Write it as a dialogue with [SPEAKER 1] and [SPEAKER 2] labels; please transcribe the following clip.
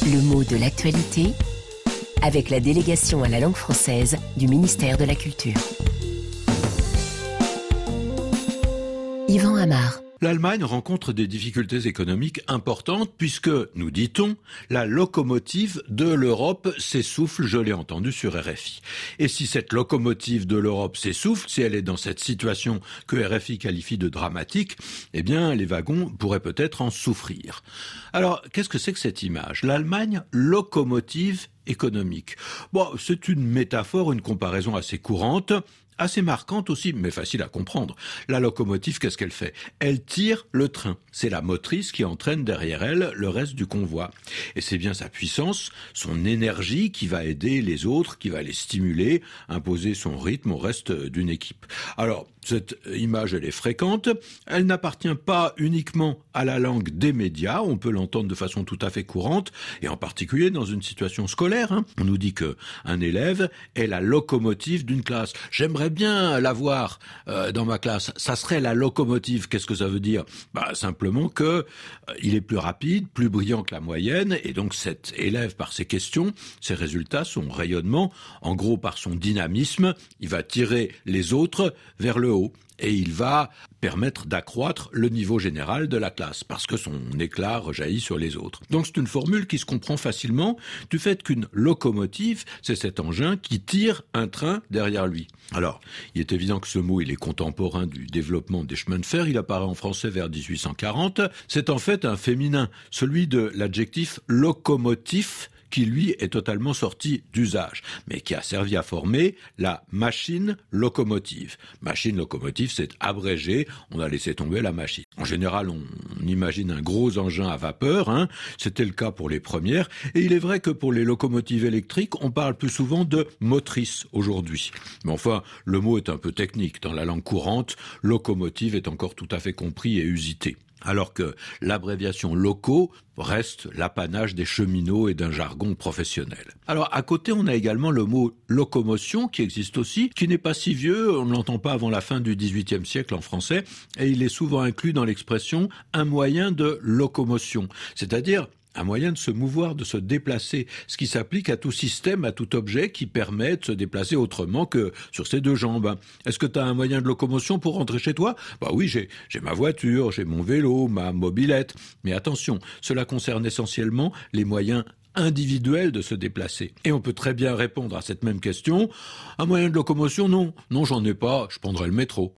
[SPEAKER 1] Le mot de l'actualité avec la délégation à la langue française du ministère de la Culture. Yvan Amar.
[SPEAKER 2] L'Allemagne rencontre des difficultés économiques importantes puisque, nous dit-on, la locomotive de l'Europe s'essouffle, je l'ai entendu sur RFI. Et si cette locomotive de l'Europe s'essouffle, si elle est dans cette situation que RFI qualifie de dramatique, eh bien les wagons pourraient peut-être en souffrir. Alors, qu'est-ce que c'est que cette image ? L'Allemagne, locomotive économique. Bon, c'est une métaphore, une comparaison assez courante, assez marquante aussi, mais facile à comprendre. La locomotive, qu'est-ce qu'elle fait ? Elle tire le train. C'est la motrice qui entraîne derrière elle le reste du convoi. Et c'est bien sa puissance, son énergie qui va aider les autres, qui va les stimuler, imposer son rythme au reste d'une équipe. Alors, cette image, elle est fréquente. Elle n'appartient pas uniquement à la langue des médias. On peut l'entendre de façon tout à fait courante, et en particulier dans une situation scolaire. On nous dit qu'un élève est la locomotive d'une classe. J'aimerais bien l'avoir dans ma classe. Ça serait la locomotive. Qu'est-ce que ça veut dire ? Simplement que il est plus rapide, plus brillant que la moyenne, et donc cet élève, par ses questions, ses résultats, son rayonnement, en gros par son dynamisme, il va tirer les autres vers le haut. Et il va permettre d'accroître le niveau général de la classe, parce que son éclat rejaillit sur les autres. Donc c'est une formule qui se comprend facilement du fait qu'une locomotive, c'est cet engin qui tire un train derrière lui. Alors, il est évident que ce mot, il est contemporain du développement des chemins de fer, il apparaît en français vers 1840. C'est en fait un féminin, celui de l'adjectif locomotif, qui lui est totalement sorti d'usage, mais qui a servi à former la machine locomotive. Machine locomotive, c'est abrégé, on a laissé tomber la machine. En général, on imagine un gros engin à vapeur, c'était le cas pour les premières, et il est vrai que pour les locomotives électriques, on parle plus souvent de motrice aujourd'hui. Mais enfin, le mot est un peu technique. Dans la langue courante, locomotive est encore tout à fait compris et usité. Alors que l'abréviation loco reste l'apanage des cheminots et d'un jargon professionnel. Alors à côté, on a également le mot locomotion qui existe aussi, qui n'est pas si vieux, on ne l'entend pas avant la fin du XVIIIe siècle en français, et il est souvent inclus dans l'expression un moyen de locomotion, c'est-à-dire un moyen de se mouvoir, de se déplacer, ce qui s'applique à tout système, à tout objet qui permet de se déplacer autrement que sur ses deux jambes. Est-ce que tu as un moyen de locomotion pour rentrer chez toi ? Oui, j'ai ma voiture, j'ai mon vélo, ma mobilette. Mais attention, cela concerne essentiellement les moyens individuels de se déplacer. Et on peut très bien répondre à cette même question. Un moyen de locomotion, non. Non, j'en ai pas, je prendrai le métro.